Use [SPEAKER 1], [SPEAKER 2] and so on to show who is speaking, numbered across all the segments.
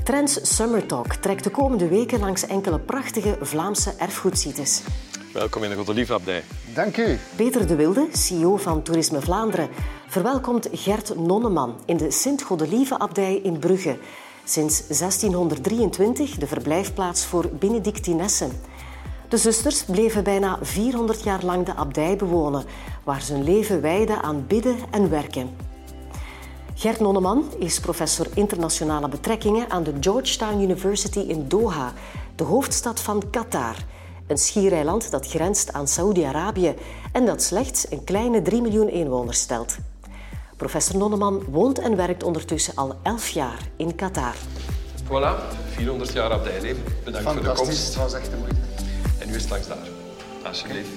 [SPEAKER 1] Trends Summer Talk trekt de komende weken langs enkele prachtige Vlaamse erfgoedsites.
[SPEAKER 2] Welkom in de Godelieve-abdij.
[SPEAKER 3] Dank u.
[SPEAKER 1] Peter de Wilde, CEO van Toerisme Vlaanderen, verwelkomt Gert Nonneman in de Sint-Godelieve-abdij in Brugge. Sinds 1623 de verblijfplaats voor Benedictinessen. De zusters bleven bijna 400 jaar lang de abdij bewonen, waar ze hun leven wijden aan bidden en werken. Gert Nonneman is professor internationale betrekkingen aan de Georgetown University in Doha, de hoofdstad van Qatar. Een schiereiland dat grenst aan Saoedi-Arabië en dat slechts een kleine 3 miljoen inwoners telt. Professor Nonneman woont en werkt ondertussen al 11 jaar in Qatar.
[SPEAKER 2] Voilà, 400 jaar abdijleven. Bedankt voor de komst.
[SPEAKER 3] Fantastisch, het was echt de moeite.
[SPEAKER 2] En u is langs daar. Alsjeblieft.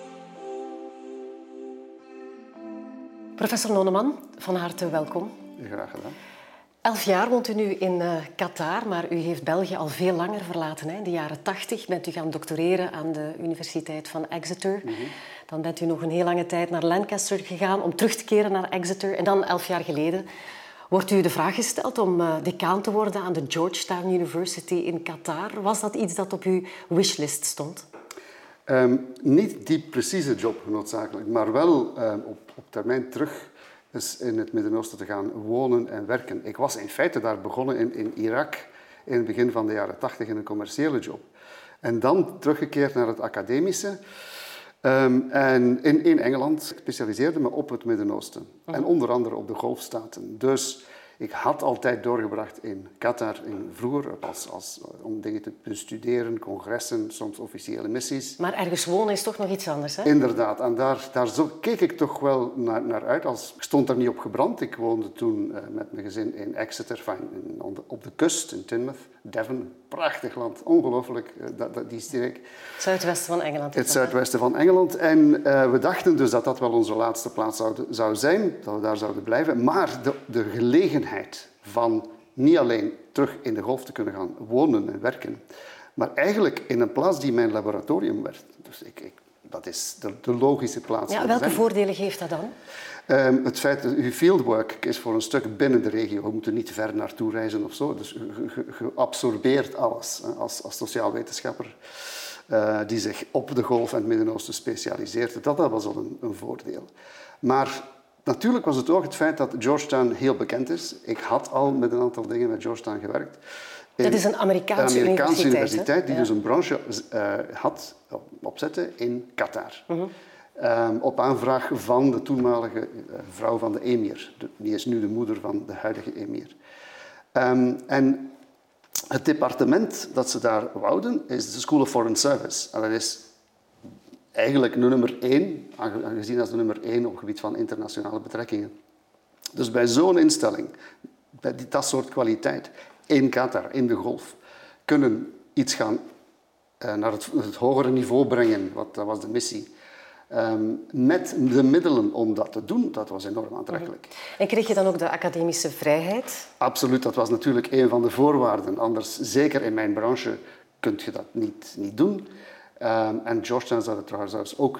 [SPEAKER 1] Professor Nonneman, van harte welkom.
[SPEAKER 3] Graag gedaan.
[SPEAKER 1] 11 jaar woont u nu in Qatar, maar u heeft België al veel langer verlaten. Hè? In de jaren 80 bent u gaan doctoreren aan de Universiteit van Exeter. Dan bent u nog een heel lange tijd naar Lancaster gegaan om terug te keren naar Exeter. En dan 11 jaar geleden wordt u de vraag gesteld om decaan te worden aan de Georgetown University in Qatar. Was dat iets dat op uw wishlist stond?
[SPEAKER 3] Niet die precieze job noodzakelijk, maar wel op termijn terug eens in het Midden-Oosten te gaan wonen en werken. Ik was in feite daar begonnen in Irak in het begin van de jaren 80 in een commerciële job. En dan teruggekeerd naar het academische. En in Engeland specialiseerde me op het Midden-Oosten. En onder andere op de Golfstaten. Dus ik had altijd doorgebracht in Qatar vroeger om dingen te bestuderen, congressen, soms officiële missies.
[SPEAKER 1] Maar ergens wonen is toch nog iets anders, hè?
[SPEAKER 3] Inderdaad, en daar keek ik toch wel naar uit. Ik stond daar niet op gebrand. Ik woonde toen met mijn gezin in Exeter, op de kust, in Teignmouth, Devon. Prachtig land, ongelooflijk, die streek.
[SPEAKER 1] Het zuidwesten van Engeland.
[SPEAKER 3] Het zuidwesten van Engeland. En we dachten dus dat dat wel onze laatste plaats zou zijn, dat we daar zouden blijven. Maar de gelegenheid van niet alleen terug in de golf te kunnen gaan wonen en werken, maar eigenlijk in een plaats die mijn laboratorium werd. Dus dat is de logische plaats.
[SPEAKER 1] Ja, welke voordelen geeft dat dan?
[SPEAKER 3] Het feit dat uw fieldwork is voor een stuk binnen de regio. We moeten niet te ver naartoe reizen of zo. Dus je absorbeert alles als sociaal wetenschapper die zich op de Golf en het Midden-Oosten specialiseert. Dat was al een voordeel. Maar natuurlijk was het ook het feit dat Georgetown heel bekend is. Ik had al met een aantal dingen met Georgetown gewerkt.
[SPEAKER 1] Dat is een Amerikaanse universiteit
[SPEAKER 3] die dus een branche had opzetten in Qatar. Op aanvraag van de toenmalige vrouw van de emir. Die is nu de moeder van de huidige emir. En het departement dat ze daar wouden is de School of Foreign Service. En dat is eigenlijk nummer 1, aangezien als de nummer 1 op het gebied van internationale betrekkingen. Dus bij zo'n instelling, bij dat soort kwaliteit, in Qatar, in de Golf, kunnen iets gaan naar het hogere niveau brengen, dat was de missie. Met de middelen om dat te doen, dat was enorm aantrekkelijk.
[SPEAKER 1] En kreeg je dan ook de academische vrijheid?
[SPEAKER 3] Absoluut, dat was natuurlijk een van de voorwaarden. Anders, zeker in mijn branche, kun je dat niet doen. En Georgetown zou trouwens ook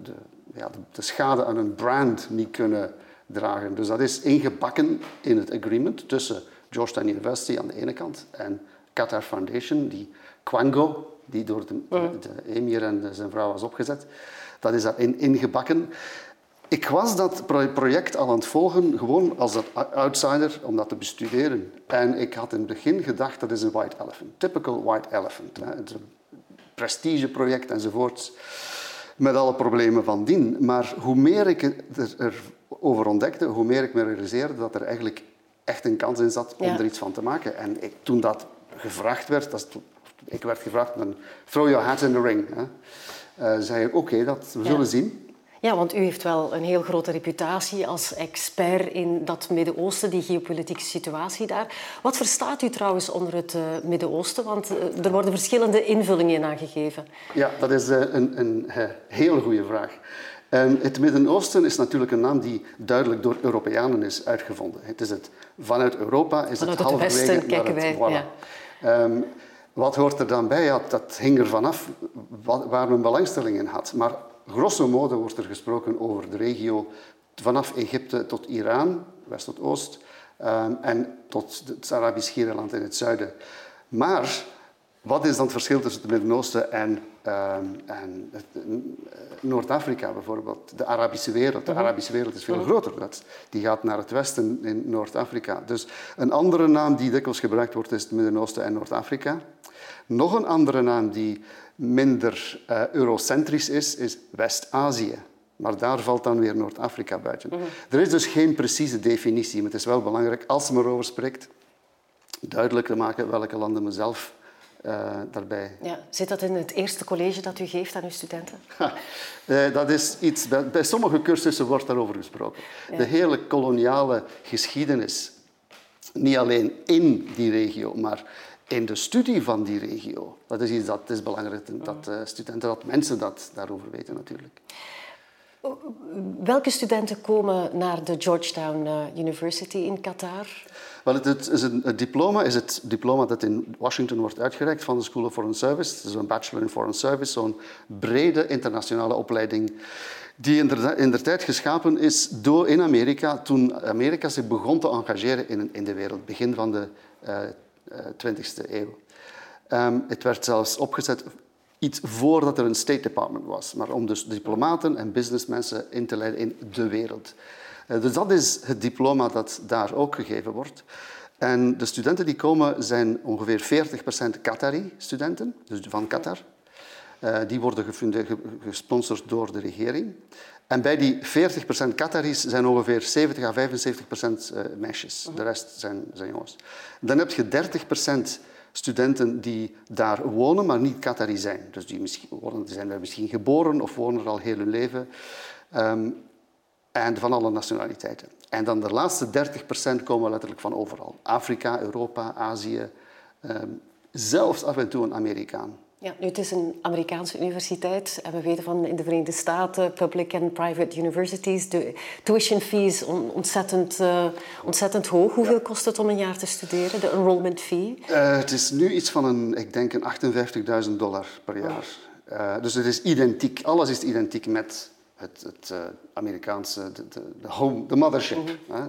[SPEAKER 3] de schade aan een brand niet kunnen dragen. Dus dat is ingebakken in het agreement tussen Georgetown University aan de ene kant en Qatar Foundation, die Quango, die door de emir en zijn vrouw was opgezet. Dat is daarin ingebakken. Ik was dat project al aan het volgen, gewoon als outsider, om dat te bestuderen. En ik had in het begin gedacht, dat is een white elephant. Typical white elephant. Het is een prestigeproject enzovoorts. Met alle problemen van dien. Maar hoe meer ik erover ontdekte, hoe meer ik me realiseerde dat er eigenlijk echt een kans in zat om er iets van te maken. En toen dat gevraagd werd, ik werd gevraagd, throw your hat in the ring. Zei ik, oké, we zullen zien.
[SPEAKER 1] Ja, want u heeft wel een heel grote reputatie als expert in dat Midden-Oosten, die geopolitieke situatie daar. Wat verstaat u trouwens onder het Midden-Oosten? Want er worden verschillende invullingen aangegeven.
[SPEAKER 3] Ja, dat is een hele goede vraag. Het Midden-Oosten is natuurlijk een naam die duidelijk door Europeanen is uitgevonden. Het is vanuit Europa is
[SPEAKER 1] vanuit
[SPEAKER 3] het halverwege
[SPEAKER 1] Westen kijken wij.
[SPEAKER 3] Voilà. Ja. Wat hoort er dan bij? Ja, dat hing er vanaf waar men belangstelling in had. Maar grosso modo wordt er gesproken over de regio vanaf Egypte tot Iran, west tot oost, en tot het Arabisch Schiereiland in het zuiden. Maar wat is dan het verschil tussen het Midden-Oosten en Noord-Afrika bijvoorbeeld? De Arabische wereld. De Arabische wereld is veel groter. Die gaat naar het westen in Noord-Afrika. Dus een andere naam die dikwijls gebruikt wordt is het Midden-Oosten en Noord-Afrika. Nog een andere naam die minder eurocentrisch is West-Azië. Maar daar valt dan weer Noord-Afrika buiten. Er is dus geen precieze definitie, maar het is wel belangrijk, als men erover spreekt, duidelijk te maken welke landen men zelf daarbij...
[SPEAKER 1] Ja, zit dat in het eerste college dat u geeft aan uw studenten?
[SPEAKER 3] Dat is iets... Bij sommige cursussen wordt daarover gesproken. Ja. De hele koloniale geschiedenis, niet alleen in die regio, maar in de studie van die regio. Dat is iets dat is belangrijk dat studenten, dat mensen dat daarover weten natuurlijk.
[SPEAKER 1] Welke studenten komen naar de Georgetown University in Qatar?
[SPEAKER 3] Wel, het diploma dat in Washington wordt uitgereikt van de School of Foreign Service. Het is een Bachelor in Foreign Service, zo'n brede internationale opleiding die in der tijd geschapen is in Amerika toen Amerika zich begon te engageren in de wereld, begin van de 20e eeuw. Het werd zelfs opgezet iets voordat er een State Department was, maar om dus diplomaten en businessmensen in te leiden in de wereld. Dus dat is het diploma dat daar ook gegeven wordt. En de studenten die komen zijn ongeveer 40% Qatari-studenten, dus van Qatar. Die worden gesponsord door de regering. En bij die 40% Qataris zijn ongeveer 70 à 75% meisjes. De rest zijn jongens. Dan heb je 30% studenten die daar wonen, maar niet Qatari zijn. Dus die zijn daar misschien geboren of wonen er al heel hun leven. En van alle nationaliteiten. En dan de laatste 30% komen letterlijk van overal. Afrika, Europa, Azië, zelfs af en toe een Amerikaan.
[SPEAKER 1] Ja, nu, het is een Amerikaanse universiteit en we weten van in de Verenigde Staten, public en private universities, de tuition fees ontzettend hoog. Hoeveel kost het om een jaar te studeren, de enrollment fee?
[SPEAKER 3] Het is nu iets van ik denk $58.000 per jaar. Dus het is identiek, alles is identiek met het Amerikaanse, de mothership.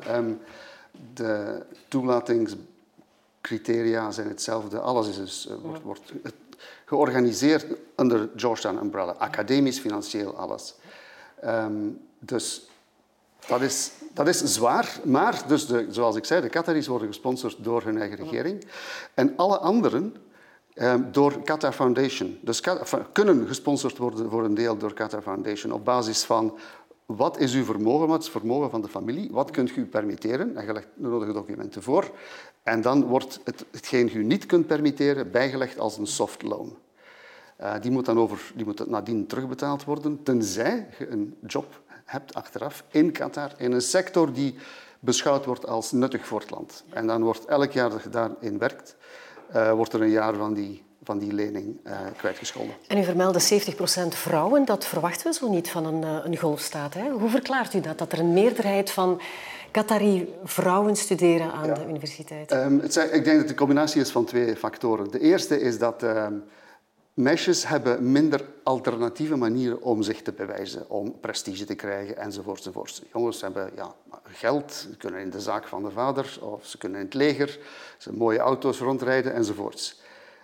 [SPEAKER 3] De toelatingscriteria zijn hetzelfde, alles is dus, wordt georganiseerd onder Georgetown Umbrella. Academisch, financieel, alles. Dus dat is zwaar. Maar, dus zoals ik zei, de Qataris worden gesponsord door hun eigen regering. En alle anderen door Qatar Foundation. Dus kunnen gesponsord worden voor een deel door Qatar Foundation. Op basis van wat is uw vermogen, wat is het vermogen van de familie, wat kunt u permitteren? En je legt de nodige documenten voor. En dan wordt hetgeen u niet kunt permitteren bijgelegd als een soft loan. Die moet nadien terugbetaald worden, tenzij je een job hebt achteraf in Qatar, in een sector die beschouwd wordt als nuttig voor het land. En dan wordt elk jaar dat je daarin werkt, wordt er een jaar van die lening kwijtgescholden. En
[SPEAKER 1] u vermeldde 70% vrouwen. Dat verwachten we zo niet van een golfstaat. Hè? Hoe verklaart u dat er een meerderheid van Qatari vrouwen studeren aan de universiteit?
[SPEAKER 3] Ik denk dat het een combinatie is van twee factoren. De eerste is dat meisjes hebben minder alternatieve manieren om zich te bewijzen, om prestige te krijgen enzovoort. Jongens hebben geld, ze kunnen in de zaak van de vader of ze kunnen in het leger, ze hebben mooie auto's rondrijden enzovoort.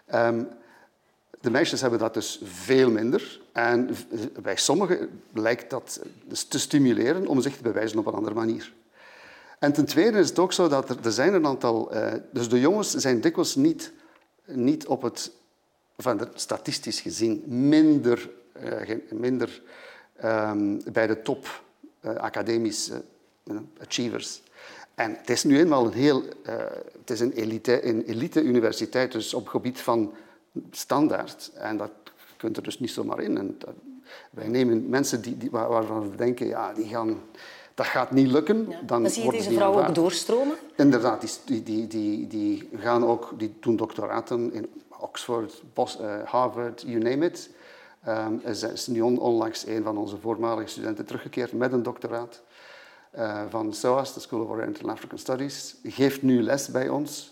[SPEAKER 3] De meisjes hebben dat dus veel minder. En bij sommigen lijkt dat te stimuleren om zich te bewijzen op een andere manier. En ten tweede is het ook zo dat er zijn een aantal... Dus de jongens zijn dikwijls niet op het... statistisch gezien minder bij de top academische achievers. En het is nu eenmaal het is een elite-universiteit, dus op gebied van standaard. En dat kunt er dus niet zomaar in. En wij nemen mensen waarvan we denken, dat gaat niet lukken.
[SPEAKER 1] Ja. Dan zie je deze vrouwen ook doorstromen?
[SPEAKER 3] Inderdaad, die doen doctoraten in Oxford, Harvard, you name it. Is nu onlangs een van onze voormalige studenten teruggekeerd met een doctoraat van SOAS, de School of Oriental and African Studies. Geeft nu les bij ons.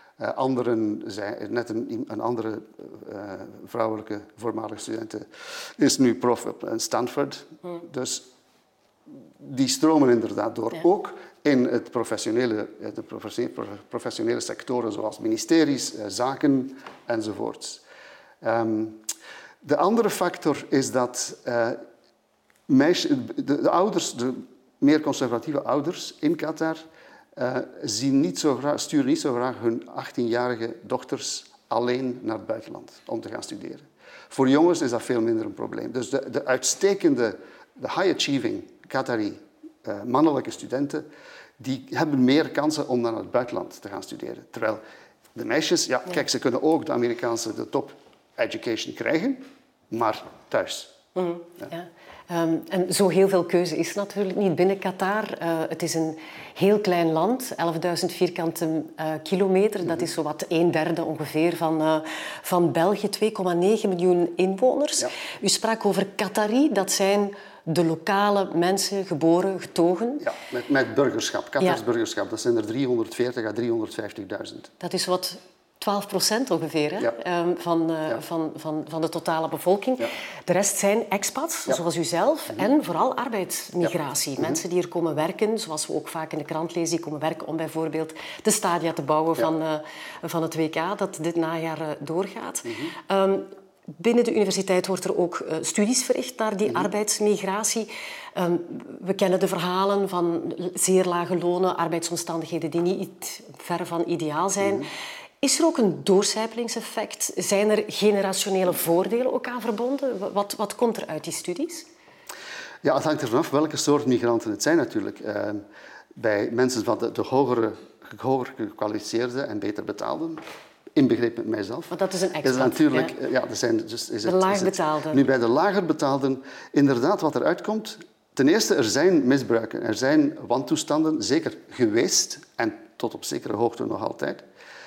[SPEAKER 3] Net een andere vrouwelijke voormalige studente is nu prof op Stanford. Dus die stromen inderdaad door. Ja. Ook in de professionele sectoren zoals ministeries, zaken enzovoorts. De andere factor is dat de ouders, de meer conservatieve ouders in Qatar, sturen niet zo graag hun 18-jarige dochters alleen naar het buitenland om te gaan studeren. Voor jongens is dat veel minder een probleem. Dus de uitstekende, de high-achieving Qatari mannelijke studenten, die hebben meer kansen om naar het buitenland te gaan studeren. Terwijl de meisjes, kijk, ze kunnen ook de top education krijgen, maar thuis.
[SPEAKER 1] Mm-hmm. Ja. En zo heel veel keuze is natuurlijk niet binnen Qatar. Het is een heel klein land, 11.000 vierkante kilometer. Dat is zowat 1/3 ongeveer van België, 2,9 miljoen inwoners. Ja. U sprak over Qatari, dat zijn de lokale mensen, geboren, getogen. Ja,
[SPEAKER 3] met burgerschap, Qatars burgerschap. Dat zijn er 340 à 350.000.
[SPEAKER 1] Dat is wat 12% ongeveer hè? Ja. Van de totale bevolking. Ja. De rest zijn expats, zoals u zelf, en vooral arbeidsmigratie. Ja. Mensen die er komen werken, zoals we ook vaak in de krant lezen, die komen werken om bijvoorbeeld de stadia te bouwen van het WK, dat dit najaar doorgaat. Binnen de universiteit wordt er ook studies verricht naar die arbeidsmigratie. We kennen de verhalen van zeer lage lonen, arbeidsomstandigheden die niet ver van ideaal zijn. Is er ook een doorcijpelingseffect? Zijn er generationele voordelen ook aan verbonden? Wat komt er uit die studies?
[SPEAKER 3] Ja, het hangt ervan af welke soort migranten het zijn natuurlijk. Bij mensen van de hoger gekwalificeerde en beter betaalden, inbegrepen mijzelf.
[SPEAKER 1] Want dat is een expat.
[SPEAKER 3] Is natuurlijk,
[SPEAKER 1] de laagbetaalden.
[SPEAKER 3] Nu, bij de lager betaalden, inderdaad, wat eruit komt. Ten eerste, er zijn misbruiken. Er zijn wantoestanden, zeker geweest en tot op zekere hoogte nog altijd.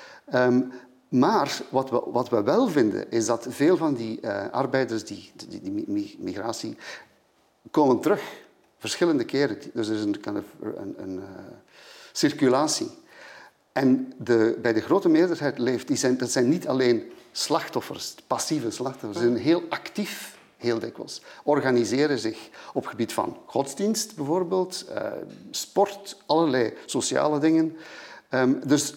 [SPEAKER 3] Maar wat we wel vinden, is dat veel van die arbeiders, die migratie, komen terug. Verschillende keren. Dus er is een circulatie. En bij de grote meerderheid dat zijn niet alleen slachtoffers, passieve slachtoffers. Ze zijn heel actief, heel dikwijls. Organiseren zich op gebied van godsdienst bijvoorbeeld, sport, allerlei sociale dingen. Dus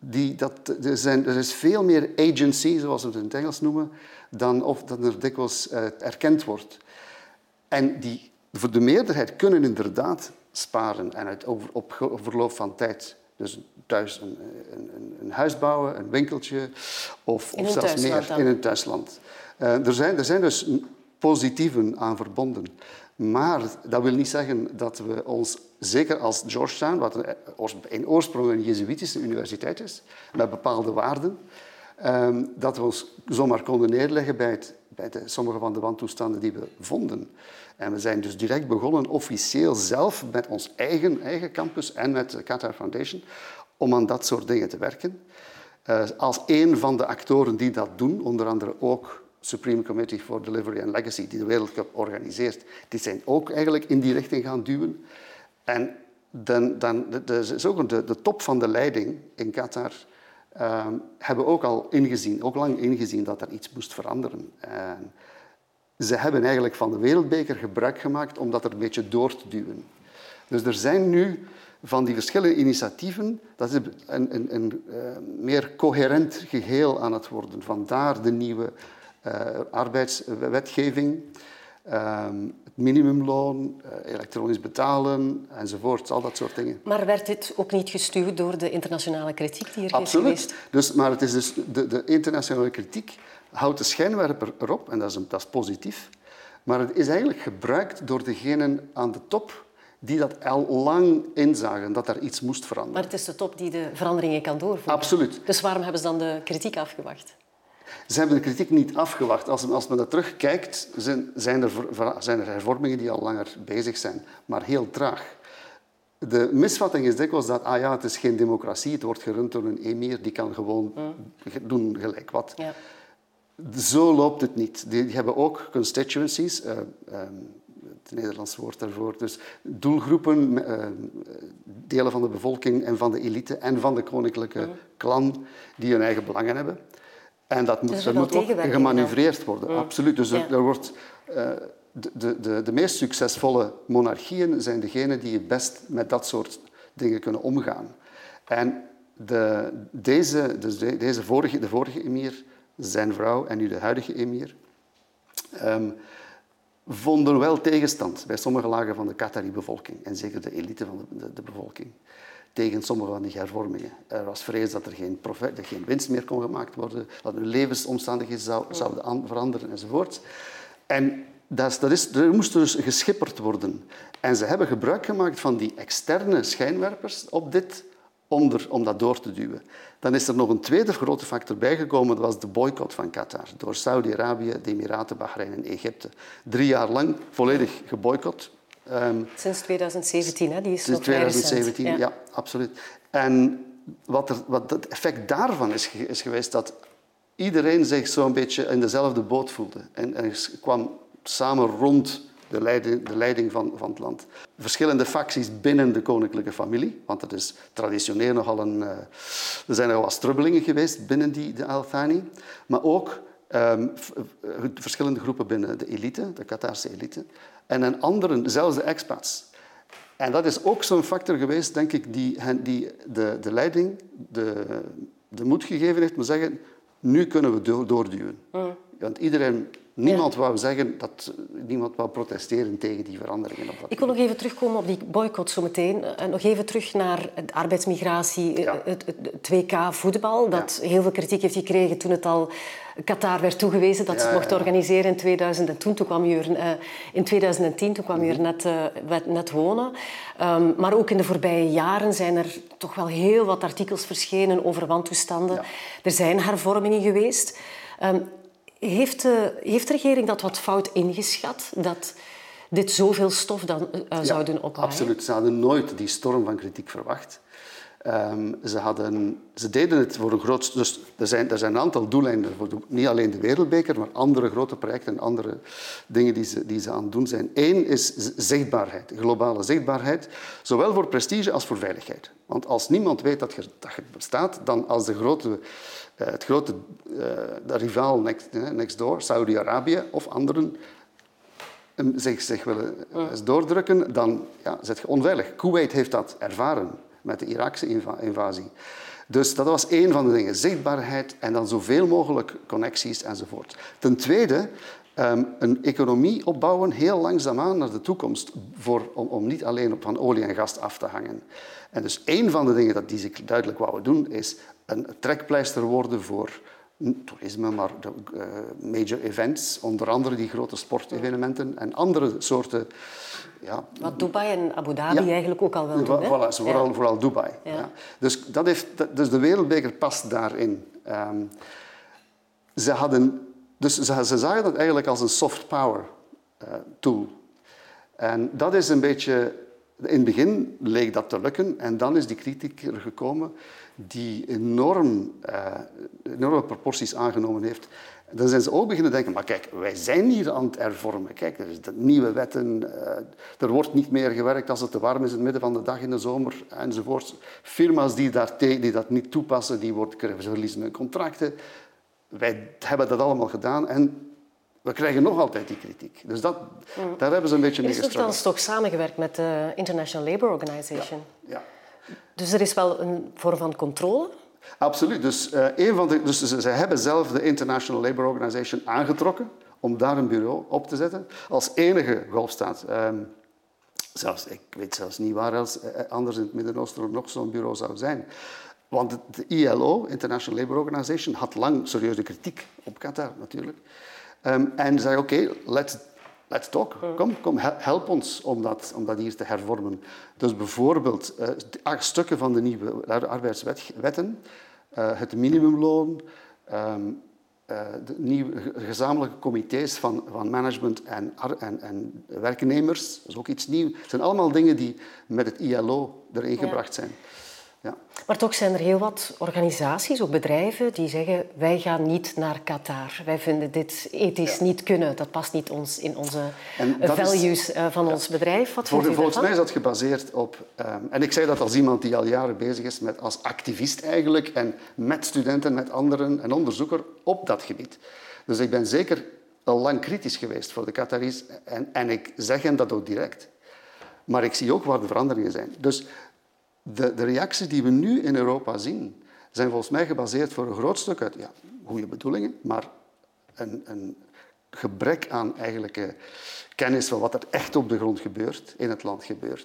[SPEAKER 3] er is veel meer agency, zoals we het in het Engels noemen, dan er dikwijls erkend wordt. En voor de meerderheid kunnen inderdaad sparen en op verloop van tijd. Dus thuis een huis bouwen, een winkeltje of zelfs meer in een thuisland. Er zijn dus positieven aan verbonden. Maar dat wil niet zeggen dat we ons, zeker als Georgetown, wat in oorsprong een Jezuïtische universiteit is, met bepaalde waarden, dat we ons zomaar konden neerleggen bij sommige van de wantoestanden die we vonden. En we zijn dus direct begonnen, officieel zelf, met ons eigen campus en met de Qatar Foundation, om aan dat soort dingen te werken. Als een van de actoren die dat doen, onder andere ook Supreme Committee for Delivery and Legacy, die de Wereldcup organiseert, die zijn ook eigenlijk in die richting gaan duwen. En dan is ook de top van de leiding in Qatar hebben ook al lang ingezien dat er iets moest veranderen. Ze hebben eigenlijk van de wereldbeker gebruik gemaakt om dat er een beetje door te duwen. Dus er zijn nu van die verschillende initiatieven, dat is een meer coherent geheel aan het worden. Vandaar de nieuwe arbeidswetgeving, het minimumloon, elektronisch betalen enzovoort, al dat soort dingen.
[SPEAKER 1] Maar werd dit ook niet gestuurd door de internationale kritiek die er
[SPEAKER 3] is
[SPEAKER 1] geweest?
[SPEAKER 3] Absoluut. Maar het is dus de internationale kritiek houdt de schijnwerper erop, en dat is positief. Maar het is eigenlijk gebruikt door degenen aan de top die dat al lang inzagen, dat er iets most veranderen.
[SPEAKER 1] Maar het is de top die de veranderingen kan doorvoeren.
[SPEAKER 3] Absoluut.
[SPEAKER 1] Dus waarom hebben ze dan de kritiek afgewacht?
[SPEAKER 3] Ze hebben de kritiek niet afgewacht. Als men daar terugkijkt, zijn er hervormingen die al langer bezig zijn, maar heel traag. De misvatting is dikwijls dat het is geen democratie, het wordt gerund door een emir, die kan gewoon doen gelijk wat. Ja. Zo loopt het niet. Die hebben ook constituencies, het Nederlands woord daarvoor, dus doelgroepen, delen van de bevolking en van de elite en van de koninklijke clan die hun eigen belangen hebben. En dat moet ook gemanoeuvreerd worden, absoluut. Dus er wordt de meest succesvolle monarchieën zijn degenen die het best met dat soort dingen kunnen omgaan. En de vorige emir, zijn vrouw en nu de huidige emir, vonden wel tegenstand bij sommige lagen van de Qatari-bevolking en zeker de elite van de bevolking tegen sommige van die hervormingen. Er was vrees dat er geen winst meer kon gemaakt worden, dat hun levensomstandigheden zouden veranderen enzovoort. En er moest dus geschipperd worden. En ze hebben gebruik gemaakt van die externe schijnwerpers op dit om dat door te duwen. Dan is er nog een tweede grote factor bijgekomen, dat was de boycott van Qatar door Saudi-Arabië, de Emiraten, Bahrein en Egypte. 3 jaar lang volledig geboycott.
[SPEAKER 1] Sinds 2017, hè? Die is
[SPEAKER 3] sinds
[SPEAKER 1] nog vrij
[SPEAKER 3] 2017,
[SPEAKER 1] recent.
[SPEAKER 3] ja, absoluut. En wat het effect daarvan is geweest, dat iedereen zich zo'n beetje in dezelfde boot voelde. En kwam samen rond de leiding van het land. Verschillende facties binnen de koninklijke familie, want het is traditioneel nogal er zijn nogal wat strubbelingen geweest binnen de Al Thani, maar ook verschillende groepen binnen de elite, de Qatarse elite, en een anderen, zelfs de expats. En dat is ook zo'n factor geweest, denk ik, die de leiding de moed gegeven heeft om te zeggen, nu kunnen we doorduwen. Want niemand wou zeggen niemand wou protesteren tegen die veranderingen.
[SPEAKER 1] Ik wil nog even terugkomen op die boycott zometeen. Nog even terug naar de arbeidsmigratie, het WK voetbal, dat heel veel kritiek heeft gekregen toen het al Qatar werd toegewezen dat ze het mocht organiseren in 2010. Toen kwam je er net wonen. Maar ook in de voorbije jaren zijn er toch wel heel wat artikels verschenen over wantoestanden. Ja. Er zijn hervormingen geweest. Heeft de regering dat wat fout ingeschat, dat dit zoveel stof dan zou doen oplaaien?
[SPEAKER 3] Absoluut. Ze hadden nooit die storm van kritiek verwacht. Ze deden het voor een groot... Dus er zijn een aantal doeleinden voor niet alleen de Wereldbeker, maar andere grote projecten en andere dingen die ze aan het doen zijn. Eén is zichtbaarheid, globale zichtbaarheid, zowel voor prestige als voor veiligheid. Want als niemand weet dat je bestaat, dan als de rivaal next door, Saudi-Arabië of anderen, zich willen doordrukken, dan zit je onveilig. Kuwait heeft dat ervaren met de Iraakse invasie. Dus dat was één van de dingen. Zichtbaarheid en dan zoveel mogelijk connecties enzovoort. Ten tweede, een economie opbouwen heel langzaamaan naar de toekomst om niet alleen van olie en gas af te hangen. En dus één van de dingen die ze duidelijk wouden doen is een trekpleister worden voor toerisme, maar major events, onder andere die grote sportevenementen en andere soorten... Ja,
[SPEAKER 1] wat Dubai en Abu Dhabi eigenlijk ook al wel doen.
[SPEAKER 3] Voilà, vooral Dubai. Ja. Ja. Dus de Wereldbeker past daarin. Ze zagen dat eigenlijk als een soft power tool. En dat is een beetje... In het begin leek dat te lukken en dan is die kritiek er gekomen die enorme proporties aangenomen heeft. Dan zijn ze ook beginnen denken, maar kijk, wij zijn hier aan het hervormen. Kijk, er zijn nieuwe wetten, er wordt niet meer gewerkt als het te warm is in het midden van de dag in de zomer enzovoort. Firma's die dat niet toepassen, ze verliezen hun contracten. Wij hebben dat allemaal gedaan en we krijgen nog altijd die kritiek. Dus daar hebben ze een beetje mee gestruggeld.
[SPEAKER 1] Er is toch samengewerkt met de International Labour Organization.
[SPEAKER 3] Ja.
[SPEAKER 1] Dus er is wel een vorm van controle?
[SPEAKER 3] Absoluut. Dus ze hebben zelf de International Labour Organization aangetrokken om daar een bureau op te zetten. Als enige golfstaat. Ik weet zelfs niet waar anders in het Midden-Oosten er nog zo'n bureau zou zijn. Want de ILO, International Labour Organization, had lang serieuze kritiek op Qatar natuurlijk. En zei, oké, let's talk. Kom, help ons om dat hier te hervormen. Dus bijvoorbeeld 8 stukken van de nieuwe arbeidswetten, het minimumloon, de nieuwe gezamenlijke comité's van management en werknemers, dat is ook iets nieuws. Het zijn allemaal dingen die met het ILO erin gebracht zijn. Ja.
[SPEAKER 1] Maar toch zijn er heel wat organisaties, ook bedrijven, die zeggen wij gaan niet naar Qatar. Wij vinden dit ethisch niet kunnen. Dat past niet in onze values van ons bedrijf. Wat vindt u
[SPEAKER 3] Volgens
[SPEAKER 1] daarvan?
[SPEAKER 3] mij is dat gebaseerd op... en ik zeg dat als iemand die al jaren bezig is als activist eigenlijk en met studenten, met anderen en onderzoeker op dat gebied. Dus ik ben zeker al lang kritisch geweest voor de Qataris. En ik zeg hen dat ook direct. Maar ik zie ook waar de veranderingen zijn. Dus de reacties die we nu in Europa zien, zijn volgens mij gebaseerd voor een groot stuk uit goede bedoelingen, maar een gebrek aan eigenlijk kennis van wat er echt op de grond gebeurt, in het land gebeurt.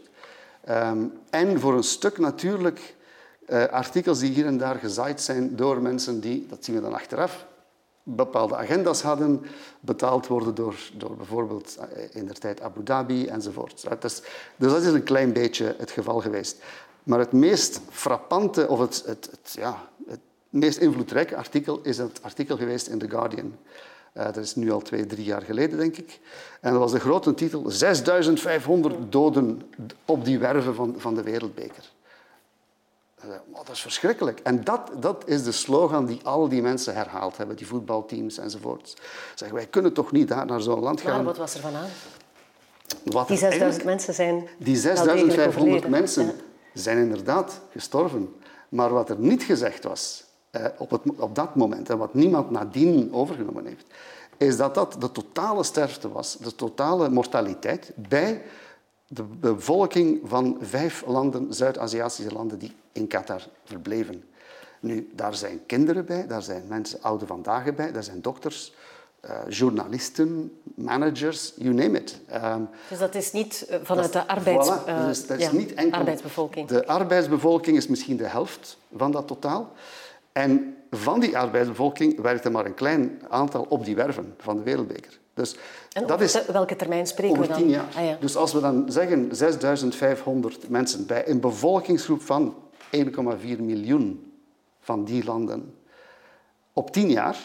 [SPEAKER 3] En voor een stuk natuurlijk artikels die hier en daar gezaaid zijn door mensen die, dat zien we dan achteraf, bepaalde agenda's hadden, betaald worden door bijvoorbeeld indertijd Abu Dhabi enzovoort. Dus dat is een klein beetje het geval geweest. Maar het meest frappante of het meest invloedrijke artikel is het artikel geweest in The Guardian. Dat is nu al 2-3 jaar geleden, denk ik. En dat was de grote titel 6500 doden op die werven van de Wereldbeker. Dat is verschrikkelijk. En dat is de slogan die al die mensen herhaald hebben, die voetbalteams enzovoort. Zeggen, wij kunnen toch niet daar naar zo'n land gaan.
[SPEAKER 1] Maar wat was er van aan? Die 6000 mensen zijn...
[SPEAKER 3] Die 6500 mensen zijn inderdaad gestorven. Maar wat er niet gezegd was op dat moment, en wat niemand nadien overgenomen heeft, is dat de totale sterfte was, de totale mortaliteit bij de bevolking van 5 landen, Zuid-Aziatische landen, die in Qatar verbleven. Nu, daar zijn kinderen bij, daar zijn mensen, oude vandaag bij, daar zijn dokters, journalisten, managers, you name it.
[SPEAKER 1] Dus dat is niet vanuit de arbeidsbevolking?
[SPEAKER 3] De arbeidsbevolking is misschien de helft van dat totaal. En van die arbeidsbevolking werkte maar een klein aantal op die werven van de Wereldbeker. Dus
[SPEAKER 1] en dat is welke termijn spreken we dan?
[SPEAKER 3] 10 jaar. Dus als we dan zeggen 6500 mensen bij een bevolkingsgroep van 1,4 miljoen van die landen, op 10 jaar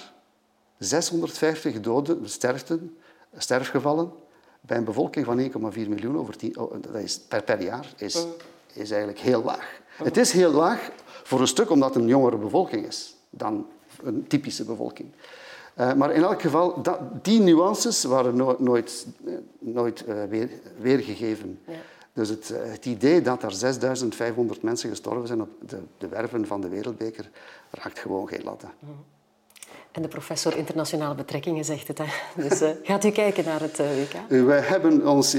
[SPEAKER 3] 650 doden, sterfgevallen, bij een bevolking van 1,4 miljoen over 10, dat is per jaar, is eigenlijk heel laag. Het is heel laag voor een stuk omdat het een jongere bevolking is dan een typische bevolking. Maar in elk geval, die nuances waren nooit weergegeven. Ja. Dus het idee dat er 6500 mensen gestorven zijn op de werven van de Wereldbeker raakt gewoon geen latten.
[SPEAKER 1] En de professor internationale betrekkingen zegt het. Hè? Dus gaat u kijken naar het WK?
[SPEAKER 3] We hebben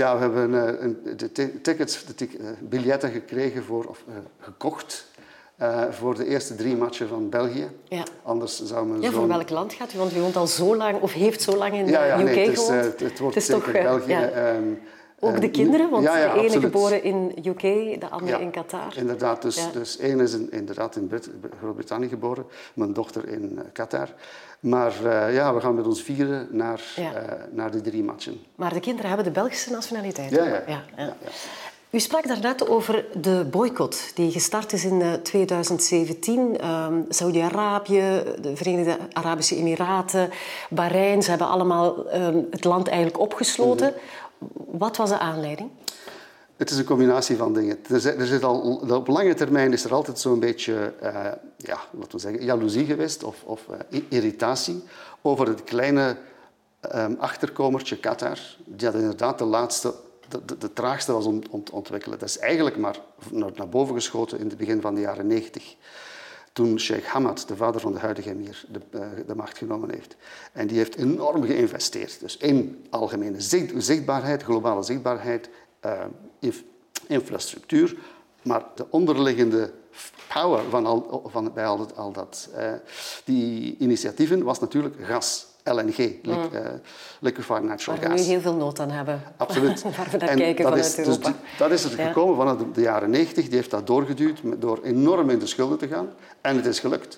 [SPEAKER 3] de biljetten gekregen gekocht voor de eerste 3 matchen van België. Ja. Anders zou men
[SPEAKER 1] voor welk land gaat u? Want u woont al zo lang, of heeft zo lang in de UK gewoond.
[SPEAKER 3] Het wordt zeker toch, België.
[SPEAKER 1] Ook de kinderen, want de ene
[SPEAKER 3] absoluut.
[SPEAKER 1] Geboren in UK, de andere in Qatar.
[SPEAKER 3] Inderdaad, dus één is inderdaad in Groot-Brittannië geboren, mijn dochter in Qatar. Maar we gaan met ons vieren naar die 3 matchen.
[SPEAKER 1] Maar de kinderen hebben de Belgische nationaliteit.
[SPEAKER 3] Ja.
[SPEAKER 1] U sprak daarnet over de boycott die gestart is in 2017. Saudi-Arabië, de Verenigde Arabische Emiraten, Bahrein, ze hebben allemaal het land eigenlijk opgesloten. Wat was de aanleiding?
[SPEAKER 3] Het is een combinatie van dingen. Er zit op lange termijn is er altijd zo'n beetje laten we zeggen, jaloezie geweest of irritatie over het kleine achterkomertje Qatar, dat inderdaad de traagste was om te ontwikkelen. Dat is eigenlijk maar naar boven geschoten in het begin van de jaren 90. Toen Sheikh Hamad, de vader van de huidige emir, de macht genomen heeft. En die heeft enorm geïnvesteerd. Dus in algemene zichtbaarheid, globale zichtbaarheid, infrastructuur. Maar de onderliggende power bij al die initiatieven was natuurlijk gas. LNG, liquefied natural gas.
[SPEAKER 1] Waar we nu heel veel nood aan hebben.
[SPEAKER 3] Absoluut.
[SPEAKER 1] Waar we naar kijken vanuit Europa.
[SPEAKER 3] Dus dat is er gekomen vanuit de jaren 90. Die heeft dat doorgeduwd door enorm in de schulden te gaan. En het is gelukt.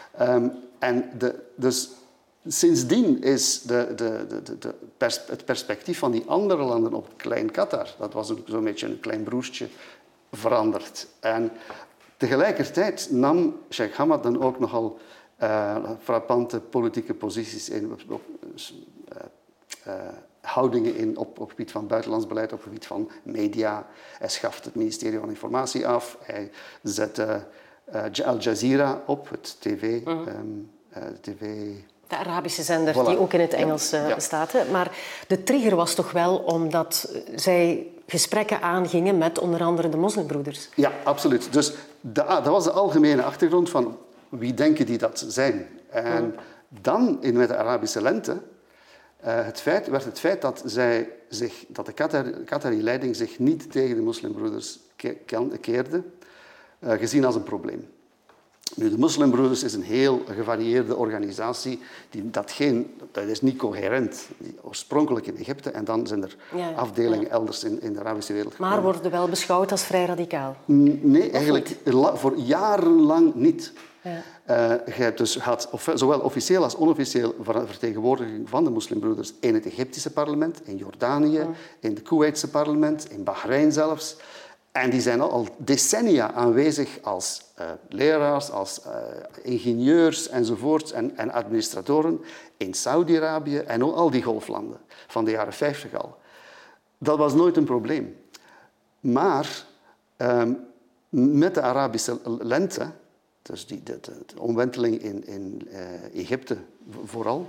[SPEAKER 3] Dus sindsdien is het perspectief van die andere landen op klein Qatar, dat was zo'n beetje een klein broertje, veranderd. En tegelijkertijd nam Sheikh Hamad dan ook nogal frappante politieke posities in, houdingen in op het gebied van buitenlands beleid, op het gebied van media. Hij schaft het ministerie van Informatie af. Hij zette Al Jazeera op, het tv.
[SPEAKER 1] De Arabische zender, die ook in het Engels bestaat. Hè? Maar de trigger was toch wel omdat zij gesprekken aangingen met onder andere de moslimbroeders?
[SPEAKER 3] Ja, absoluut. Dus dat was de algemene achtergrond van wie denken die dat zijn. En dan, met de Arabische lente, Het feit dat de Qatari-leiding zich niet tegen de moslimbroeders keerde, gezien als een probleem. Nu, de moslimbroeders is een heel gevarieerde organisatie. Dat is niet coherent. Oorspronkelijk in Egypte en dan zijn er afdelingen elders in de Arabische wereld gekomen.
[SPEAKER 1] Maar worden wel beschouwd als vrij radicaal?
[SPEAKER 3] Nee, eigenlijk voor jarenlang niet. Ja. Je hebt dus zowel officieel als onofficieel vertegenwoordiging van de moslimbroeders in het Egyptische parlement, in Jordanië, in het Koeweitse parlement, in Bahrein zelfs. En die zijn al decennia aanwezig als leraars, als ingenieurs enzovoort en administratoren in Saudi-Arabië en ook al die golflanden van de jaren 50 al. Dat was nooit een probleem. Maar met de Arabische lente, dus de omwenteling in Egypte vooral,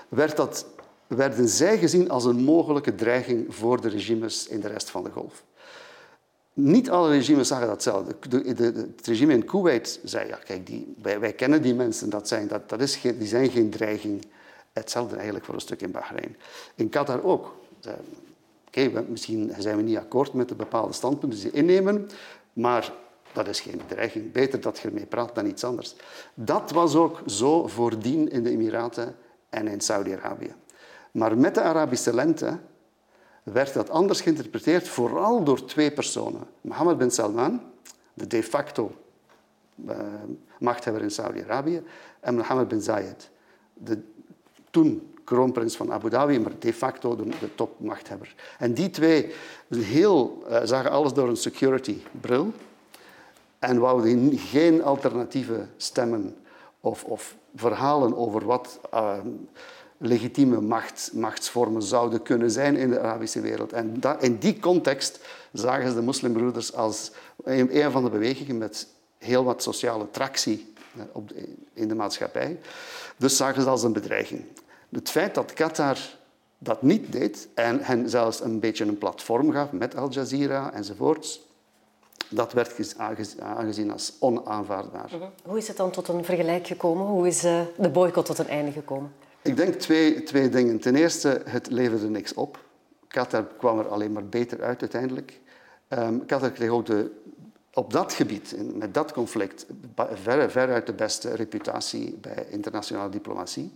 [SPEAKER 3] werden zij gezien als een mogelijke dreiging voor de regimes in de rest van de golf. Niet alle regimes zagen datzelfde. Het regime in Kuwait zei, ja, kijk, wij kennen die mensen, die zijn geen dreiging. Hetzelfde eigenlijk voor een stuk in Bahrein. In Qatar ook. Misschien zijn we niet akkoord met de bepaalde standpunten die ze innemen, maar dat is geen dreiging. Beter dat je ermee praat dan iets anders. Dat was ook zo voordien in de Emiraten en in Saudi-Arabië. Maar met de Arabische lente werd dat anders geïnterpreteerd, vooral door twee personen. Mohammed bin Salman, de de facto machthebber in Saudi-Arabië, en Mohammed bin Zayed, de toen kroonprins van Abu Dhabi, maar de facto de topmachthebber. En die twee zagen alles door een security-bril en wouden geen alternatieve stemmen of verhalen over wat legitieme machtsvormen zouden kunnen zijn in de Arabische wereld. En in die context zagen ze de moslimbroeders als een van de bewegingen met heel wat sociale tractie in de maatschappij. Dus zagen ze als een bedreiging. Het feit dat Qatar dat niet deed en hen zelfs een beetje een platform gaf met Al Jazeera enzovoorts, dat werd aangezien als onaanvaardbaar.
[SPEAKER 1] Hoe is het dan tot een vergelijk gekomen? Hoe is de boycott tot een einde gekomen?
[SPEAKER 3] Ik denk twee dingen. Ten eerste, het leverde niks op. Qatar kwam er alleen maar beter uit uiteindelijk. Qatar kreeg ook op dat gebied, met dat conflict, veruit de beste reputatie bij internationale diplomatie.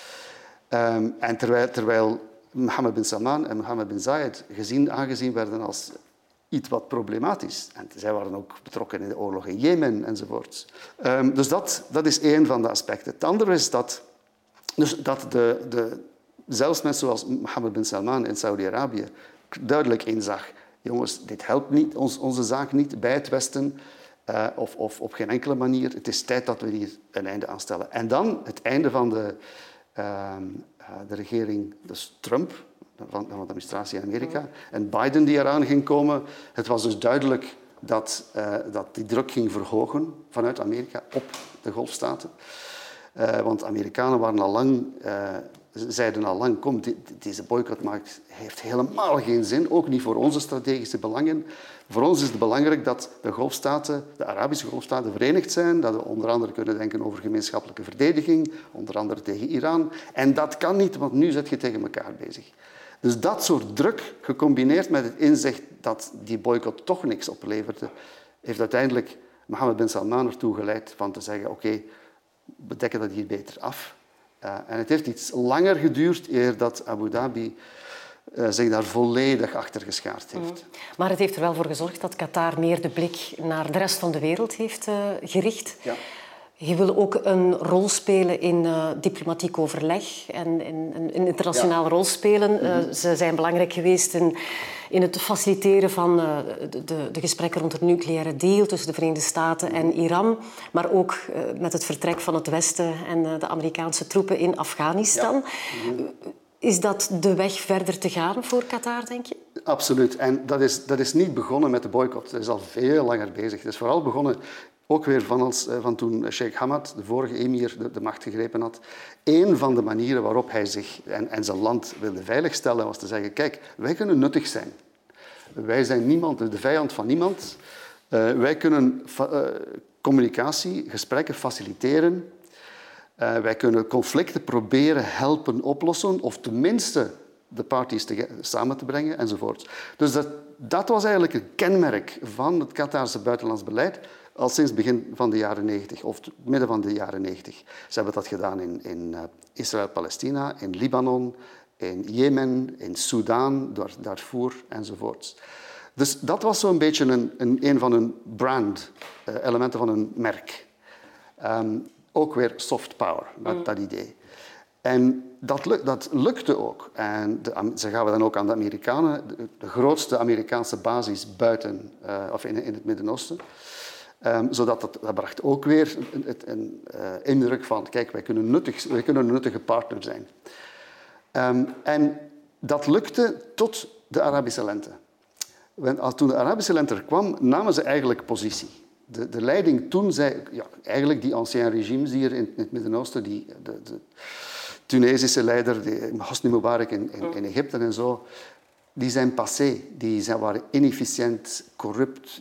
[SPEAKER 3] En terwijl Mohammed bin Salman en Mohammed bin Zayed aangezien werden als iets wat problematisch. En zij waren ook betrokken in de oorlog in Jemen enzovoort. Dus dat is één van de aspecten. Het andere is dat zelfs mensen zoals Mohammed bin Salman in Saudi-Arabië duidelijk inzag, jongens, dit helpt niet, onze zaak niet bij het Westen of op geen enkele manier. Het is tijd dat we hier een einde aan stellen. En dan het einde van de regering, dus Trump, van de administratie in Amerika, en Biden die eraan ging komen. Het was dus duidelijk dat die druk ging verhogen vanuit Amerika op de golfstaten. Want Amerikanen zeiden al lang, kom, deze boycottmarkt heeft helemaal geen zin, ook niet voor onze strategische belangen. Voor ons is het belangrijk dat de golfstaten, de Arabische golfstaten, verenigd zijn, dat we onder andere kunnen denken over gemeenschappelijke verdediging, onder andere tegen Iran. En dat kan niet, want nu zit je tegen elkaar bezig. Dus dat soort druk, gecombineerd met het inzicht dat die boycott toch niks opleverde, heeft uiteindelijk Mohammed bin Salman ertoe geleid van te zeggen, oké, we dekken dat hier beter af. En het heeft iets langer geduurd eer dat Abu Dhabi zich daar volledig achter geschaard heeft.
[SPEAKER 1] Maar het heeft er wel voor gezorgd dat Qatar meer de blik naar de rest van de wereld heeft gericht. Ja. Je wil ook een rol spelen in diplomatiek overleg en een internationaal rol spelen. Ze zijn belangrijk geweest in het faciliteren van de gesprekken rond de nucleaire deal tussen de Verenigde Staten en Iran. Maar ook met het vertrek van het Westen en de Amerikaanse troepen in Afghanistan. Ja. Is dat de weg verder te gaan voor Qatar, denk je?
[SPEAKER 3] Absoluut. En dat is niet begonnen met de boycott. Dat is al veel langer bezig. Het is vooral begonnen ook weer van toen Sheikh Hamad, de vorige emir, de macht gegrepen had. Eén van de manieren waarop hij zich en zijn land wilde veiligstellen was te zeggen, kijk, wij kunnen nuttig zijn. Wij zijn niemand, de vijand van niemand. Wij kunnen communicatie, gesprekken faciliteren Wij kunnen conflicten proberen helpen oplossen, of tenminste de parties samen te brengen, enzovoort. Dus dat was eigenlijk een kenmerk van het Qatarse buitenlands beleid al sinds het begin van de jaren 90, of midden van de jaren 90. Ze hebben dat gedaan in Israël-Palestina, in Libanon, in Jemen, in Sudan, Darfur, enzovoort. Dus dat was zo'n beetje een van hun brand, elementen van hun merk. Ook weer soft power, dat idee. En dat lukte ook. En ze gaven dan ook aan de Amerikanen, de grootste Amerikaanse basis buiten, of in het Midden-Oosten. Zodat dat bracht ook weer een indruk van, kijk, wij kunnen een nuttige partner zijn. En dat lukte tot de Arabische lente. Toen de Arabische lente er kwam, namen ze eigenlijk positie. De leiding toen zei, ja, eigenlijk die ancien regimes hier in het Midden-Oosten, de Tunesische leider, Hosni Mubarak in Egypte en zo, die zijn passé. Die waren inefficiënt, corrupt.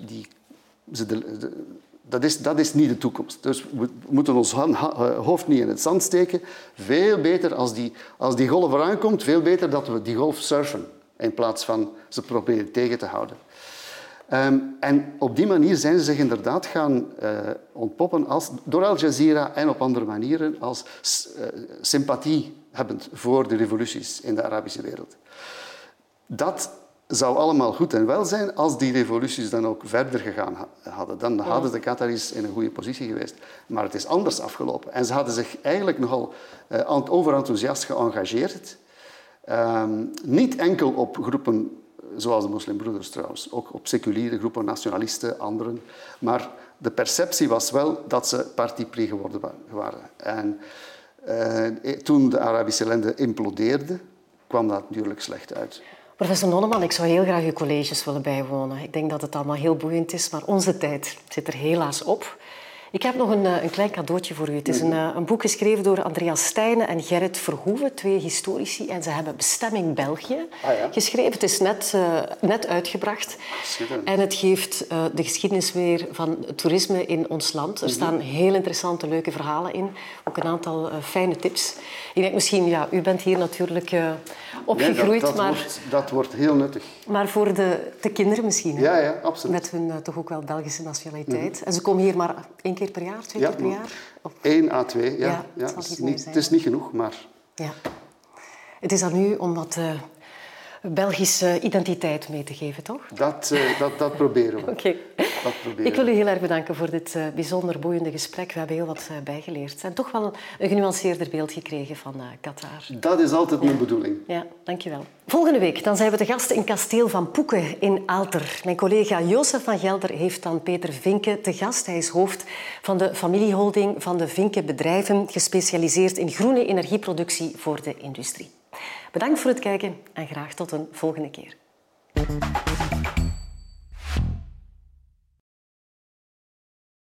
[SPEAKER 3] Dat is niet de toekomst. Dus we moeten ons hoofd niet in het zand steken. Veel beter als die golf eraan komt, veel beter dat we die golf surfen in plaats van ze proberen tegen te houden. En op die manier zijn ze zich inderdaad gaan ontpoppen door Al Jazeera en op andere manieren als sympathie hebbend voor de revoluties in de Arabische wereld. Dat zou allemaal goed en wel zijn als die revoluties dan ook verder gegaan hadden. Dan hadden de Qataris in een goede positie geweest. Maar het is anders afgelopen. En ze hadden zich eigenlijk nogal overenthousiast geëngageerd. Niet enkel op groepen zoals de moslimbroeders trouwens, ook op seculiere groepen, nationalisten, anderen. Maar de perceptie was wel dat ze parti pris geworden waren. En toen de Arabische lente implodeerde, kwam dat natuurlijk slecht uit.
[SPEAKER 1] Professor Nonneman, ik zou heel graag uw colleges willen bijwonen. Ik denk dat het allemaal heel boeiend is, maar onze tijd zit er helaas op. Ik heb nog een klein cadeautje voor u. Het is een boek geschreven door Andreas Stijnen en Gerrit Verhoeven, 2 historici. En ze hebben Bestemming België geschreven. Het is net uitgebracht. En het geeft de geschiedenis weer van het toerisme in ons land. Er staan heel interessante, leuke verhalen in. Ook een aantal fijne tips. Ik denk misschien, ja, u bent hier natuurlijk opgegroeid.
[SPEAKER 3] Nee, dat wordt heel nuttig.
[SPEAKER 1] Maar voor de kinderen misschien.
[SPEAKER 3] Ja, absoluut.
[SPEAKER 1] Met hun toch ook wel Belgische nationaliteit. En ze komen hier maar 1 keer per jaar, 2 keer per jaar?
[SPEAKER 3] 1 à 2, ja. Het is niet genoeg, maar...
[SPEAKER 1] Ja. Het is aan u om wat Belgische identiteit mee te geven, toch?
[SPEAKER 3] Dat proberen we.
[SPEAKER 1] Oké. Ik wil u heel erg bedanken voor dit bijzonder boeiende gesprek. We hebben heel wat bijgeleerd. En toch wel een genuanceerder beeld gekregen van Qatar.
[SPEAKER 3] Dat is altijd mijn bedoeling.
[SPEAKER 1] Ja, dankjewel. Volgende week dan zijn we te gast in Kasteel van Poeken in Aalter. Mijn collega Jozef van Gelder heeft dan Peter Vinke te gast. Hij is hoofd van de familieholding van de Vinke Bedrijven, gespecialiseerd in groene energieproductie voor de industrie. Bedankt voor het kijken en graag tot een volgende keer.